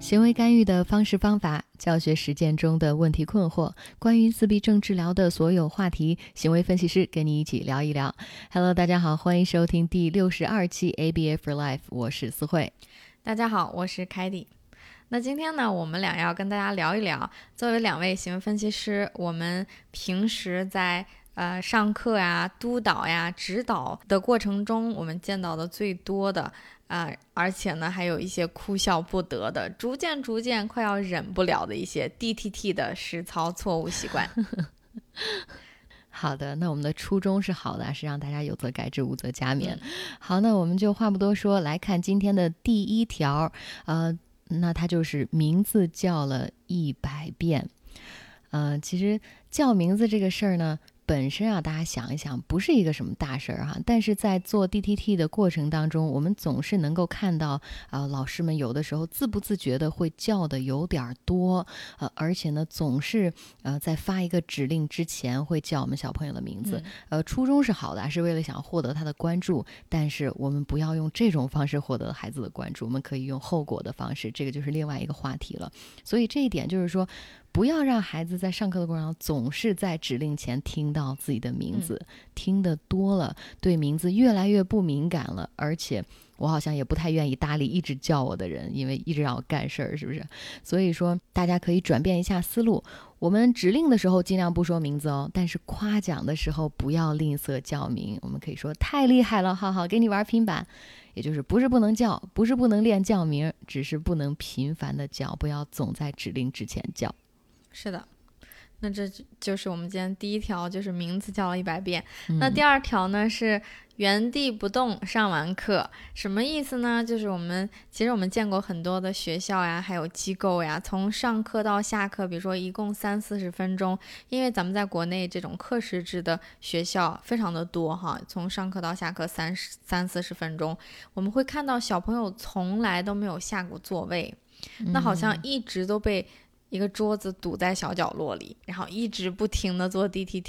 行为干预的方式方法，教学实践中的问题困惑，关于自闭症治疗的所有话题，行为分析师跟你一起聊一聊。Hello， 大家好，欢迎收听第62期 ABA for Life， 我是思慧。 大家好，我是凯蒂。那今天呢，我们俩要跟大家聊一聊，作为两位行为分析师，我们平时在上课呀、督导呀、指导的过程中，我们见到的最多的而且呢，还有一些哭笑不得的，逐渐快要忍不了的一些 DTT 的实操错误习惯。 好的，那我们的初衷是好的，是让大家有则改之，无则加勉。好，那我们就话不多说，来看今天的第一条，那它就是名字叫了100遍。其实叫名字这个事儿呢，本身大家想一想，不是一个什么大事儿哈。但是在做 DTT 的过程当中，我们总是能够看到，老师们有的时候自不自觉的会叫的有点多，而且呢，总是在发一个指令之前会叫我们小朋友的名字。初衷是好的，是为了想获得他的关注，但是我们不要用这种方式获得孩子的关注，我们可以用后果的方式，这个就是另外一个话题了。所以这一点就是说，不要让孩子在上课的过程中总是在指令前听到自己的名字，听得多了，对名字越来越不敏感了，而且我好像也不太愿意搭理一直叫我的人，因为一直让我干事儿，是不是？所以说大家可以转变一下思路，我们指令的时候尽量不说名字哦，但是夸奖的时候不要吝啬叫名，我们可以说太厉害了，好好给你玩平板。也就是不是不能叫，不是不能练叫名，只是不能频繁的叫，不要总在指令之前叫。 是的，那这就是我们今天第一条，就是名字叫了100遍。那第二条呢是原地不动上完课，什么意思呢？就是其实我们见过很多的学校呀，还有机构呀，从上课到下课，比如说一共30-40分钟，因为咱们在国内这种课时制的学校非常的多哈，从上课到下课30-40分钟，我们会看到小朋友从来都没有下过座位，那好像一直都被一个桌子堵在小角落里，然后一直不停的做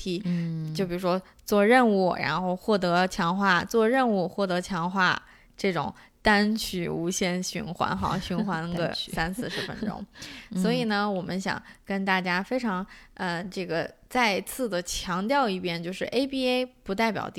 DTT，就比如说做任务然后获得强化，做任务获得强化，这种单曲无限循环哈，循环个30-40分钟。所以呢，我们想跟大家非常这个再次的强调一遍，就是 ABA 不代表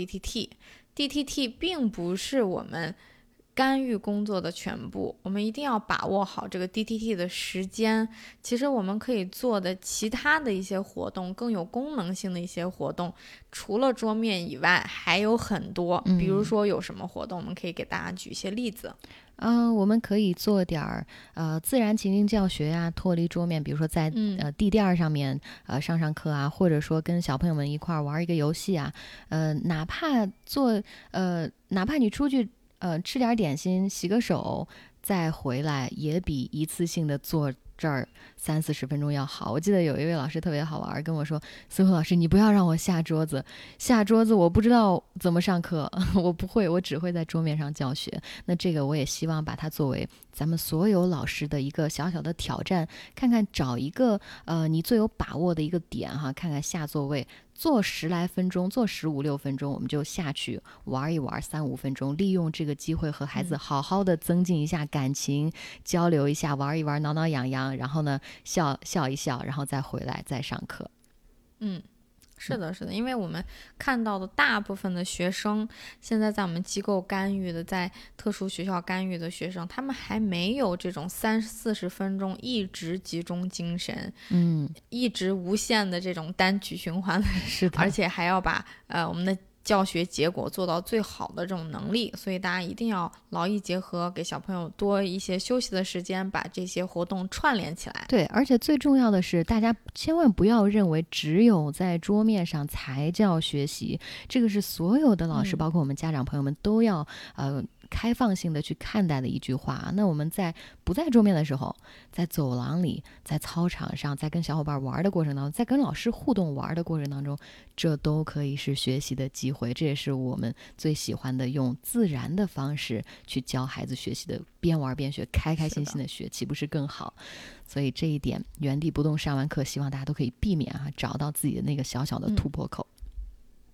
DTT 并不是我们干预工作的全部，我们一定要把握好这个 DTT 的时间。其实我们可以做的其他的一些活动，更有功能性的一些活动，除了桌面以外还有很多。比如说有什么活动，我们可以给大家举一些例子。 我们可以做点自然情境教学呀，脱离桌面，比如说在地垫上面上课啊，或者说跟小朋友们一块玩一个游戏啊，哪怕你出去吃点点心，洗个手再回来，也比一次性的坐这儿30-40分钟要好。我记得有一位老师特别好玩，跟我说，思慧老师，你不要让我下桌子我不知道怎么上课，我不会，我只会在桌面上教学。那这个我也希望把它作为咱们所有老师的一个小小的挑战，看看找一个你最有把握的一个点哈，看看下座位做10来分钟，做15-16分钟，我们就下去玩一玩3-5分钟，利用这个机会和孩子好好的增进一下感情，交流一下，玩一玩，挠挠痒痒，然后呢笑一笑，然后再回来再上课。 是的，因为我们看到的大部分的学生，现在在我们机构干预的，在特殊学校干预的学生，他们还没有这种30-40分钟一直集中精神，一直无限的这种单曲循环， 是的， 而且还要把我们的教学结果做到最好的这种能力，所以大家一定要劳逸结合，给小朋友多一些休息的时间，把这些活动串联起来。 对，而且最重要的是，大家千万不要认为只有在桌面上才叫学习，这个是所有的老师，包括我们家长朋友们都要开放性的去看待的一句话。那我们在不在桌面的时候，在走廊里，在操场上，在跟小伙伴玩的过程当中，在跟老师互动玩的过程当中，这都可以是学习的机会。这也是我们最喜欢的，用自然的方式去教孩子学习的，边玩边学，开开心心的学，岂不是更好？所以这一点原地不动上完课，希望大家都可以避免找到自己的那个小小的突破口。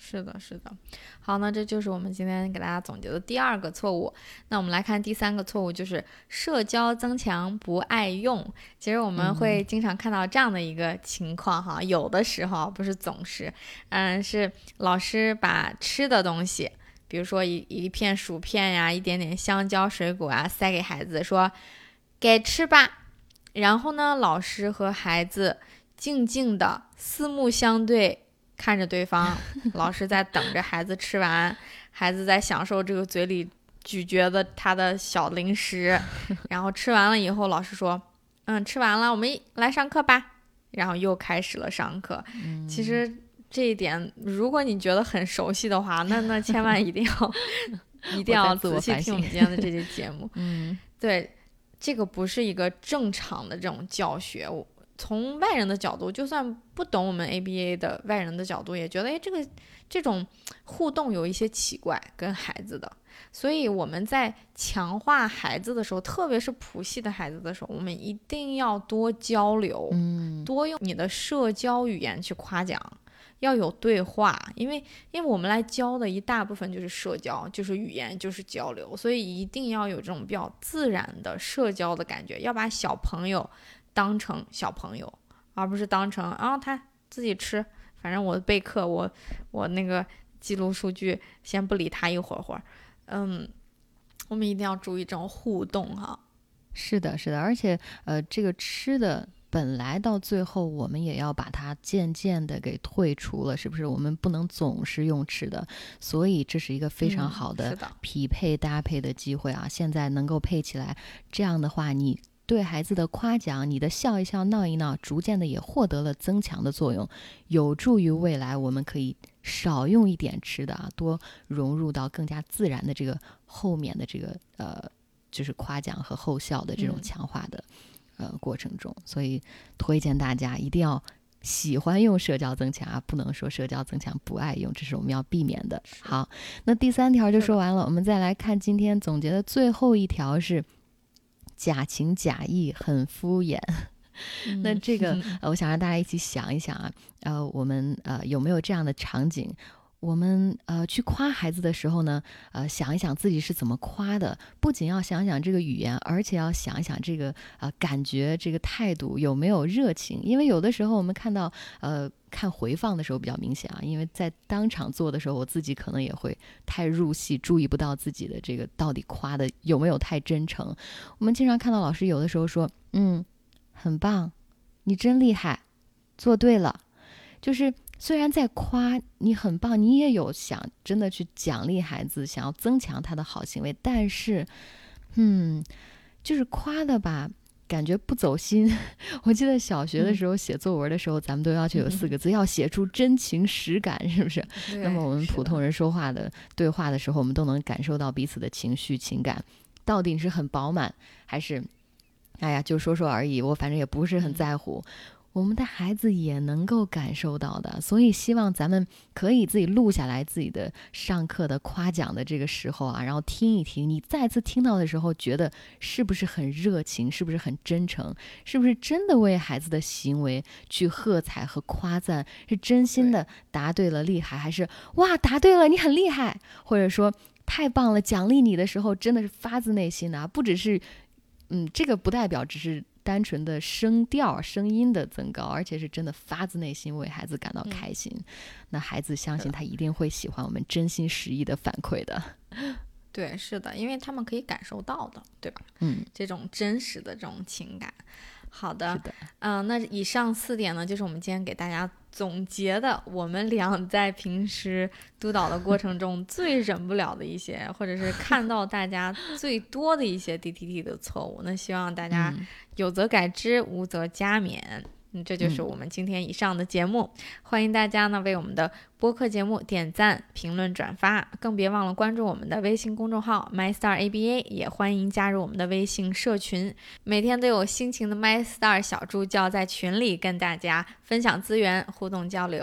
是的，是的。好，那这就是我们今天给大家总结的第2个错误。那我们来看第3个错误，就是社交增强不爱用。其实我们会经常看到这样的一个情况哈，有的时候不是总是，是老师把吃的东西，比如说一片薯片呀，一点点香蕉、水果啊，塞给孩子说给吃吧。然后呢，老师和孩子静静的四目相对，看着对方，老师在等着孩子吃完，孩子在享受这个嘴里咀嚼的他的小零食，然后吃完了以后，老师说吃完了，我们来上课吧，然后又开始了上课。其实这一点如果你觉得很熟悉的话，那千万一定要仔细听我们今天的这期节目。对，这个不是一个正常的这种教学。从外人的角度，就算不懂我们 ABA 的外人的角度，也觉得这种互动有一些奇怪，跟孩子的。所以我们在强化孩子的时候，特别是谱系的孩子的时候，我们一定要多交流，多用你的社交语言去夸奖，要有对话，因为我们来教的一大部分就是社交，就是语言，就是交流，所以一定要有这种比较自然的社交的感觉，要把小朋友当成小朋友，而不是当成他自己吃，反正我备课，我那个记录数据，先不理他一会儿。我们一定要注意这种互动哈。 是的，是的，而且这个吃的本来到最后我们也要把它渐渐的给退出了，是不是？我们不能总是用吃的，所以这是一个非常好的匹配搭配的机会啊！现在能够配起来，这样的话你对孩子的夸奖，你的笑一笑闹一闹，逐渐的也获得了增强的作用，有助于未来我们可以少用一点吃的啊，多融入到更加自然的这个后面的这个就是夸奖和后效的这种强化的过程中。所以推荐大家一定要喜欢用社交增强啊，不能说社交增强不爱用，这是我们要避免的。好，那第3条就说完了，我们再来看今天总结的最后一条是假情假意很敷衍。那这个我想让大家一起想一想啊，我们有没有这样的场景？我们去夸孩子的时候呢，想一想自己是怎么夸的，不仅要想想这个语言，而且要想一想这个感觉，这个态度有没有热情。因为有的时候我们看到看回放的时候比较明显啊，因为在当场做的时候，我自己可能也会太入戏，注意不到自己的这个到底夸的有没有太真诚。我们经常看到老师有的时候说很棒，你真厉害，做对了，就是虽然在夸你很棒，你也有想真的去奖励孩子，想要增强他的好行为，但是就是夸的吧感觉不走心。我记得小学的时候写作文的时候，咱们都要求有4个字，要写出真情实感，是不是？那么我们普通人说话的对话的时候，我们都能感受到彼此的情绪情感，到底是很饱满，还是哎呀就说说而已，我反正也不是很在乎。我们的孩子也能够感受到的，所以希望咱们可以自己录下来自己的上课的夸奖的这个时候啊，然后听一听，你再次听到的时候觉得是不是很热情，是不是很真诚，是不是真的为孩子的行为去喝彩和夸赞，是真心的答对了厉害，还是哇答对了你很厉害，或者说太棒了奖励你的时候真的是发自内心的啊，不只是这个不代表只是单纯的声调声音的增高，而且是真的发自内心为孩子感到开心，那孩子相信他一定会喜欢我们真心实意的反馈的。 对，是的，因为他们可以感受到的，对吧？这种真实的这种情感。好的，那以上4点呢，就是我们今天给大家总结的，我们俩在平时督导的过程中最忍不了的一些，或者是看到大家最多的一些 DTT 的错误。那希望大家有则改之，无则加勉。这就是我们今天以上的节目，欢迎大家呢为我们的播客节目点赞、评论、转发，更别忘了关注我们的微信公众号 MyStarABA， 也欢迎加入我们的微信社群，每天都有辛勤的 MyStar 小助教在群里跟大家分享资源、互动交流。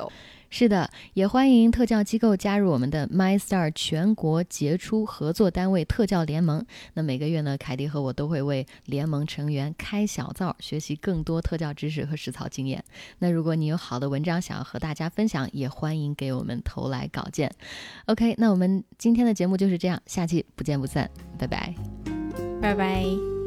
是的，也欢迎特教机构加入我们的 MyStar 全国杰出合作单位特教联盟。那每个月呢，凯蒂和我都会为联盟成员开小灶，学习更多特教知识和实操经验。那如果你有好的文章想要和大家分享，也欢迎给我们投来稿件。OK， 那我们今天的节目就是这样，下期不见不散，拜拜， 拜拜。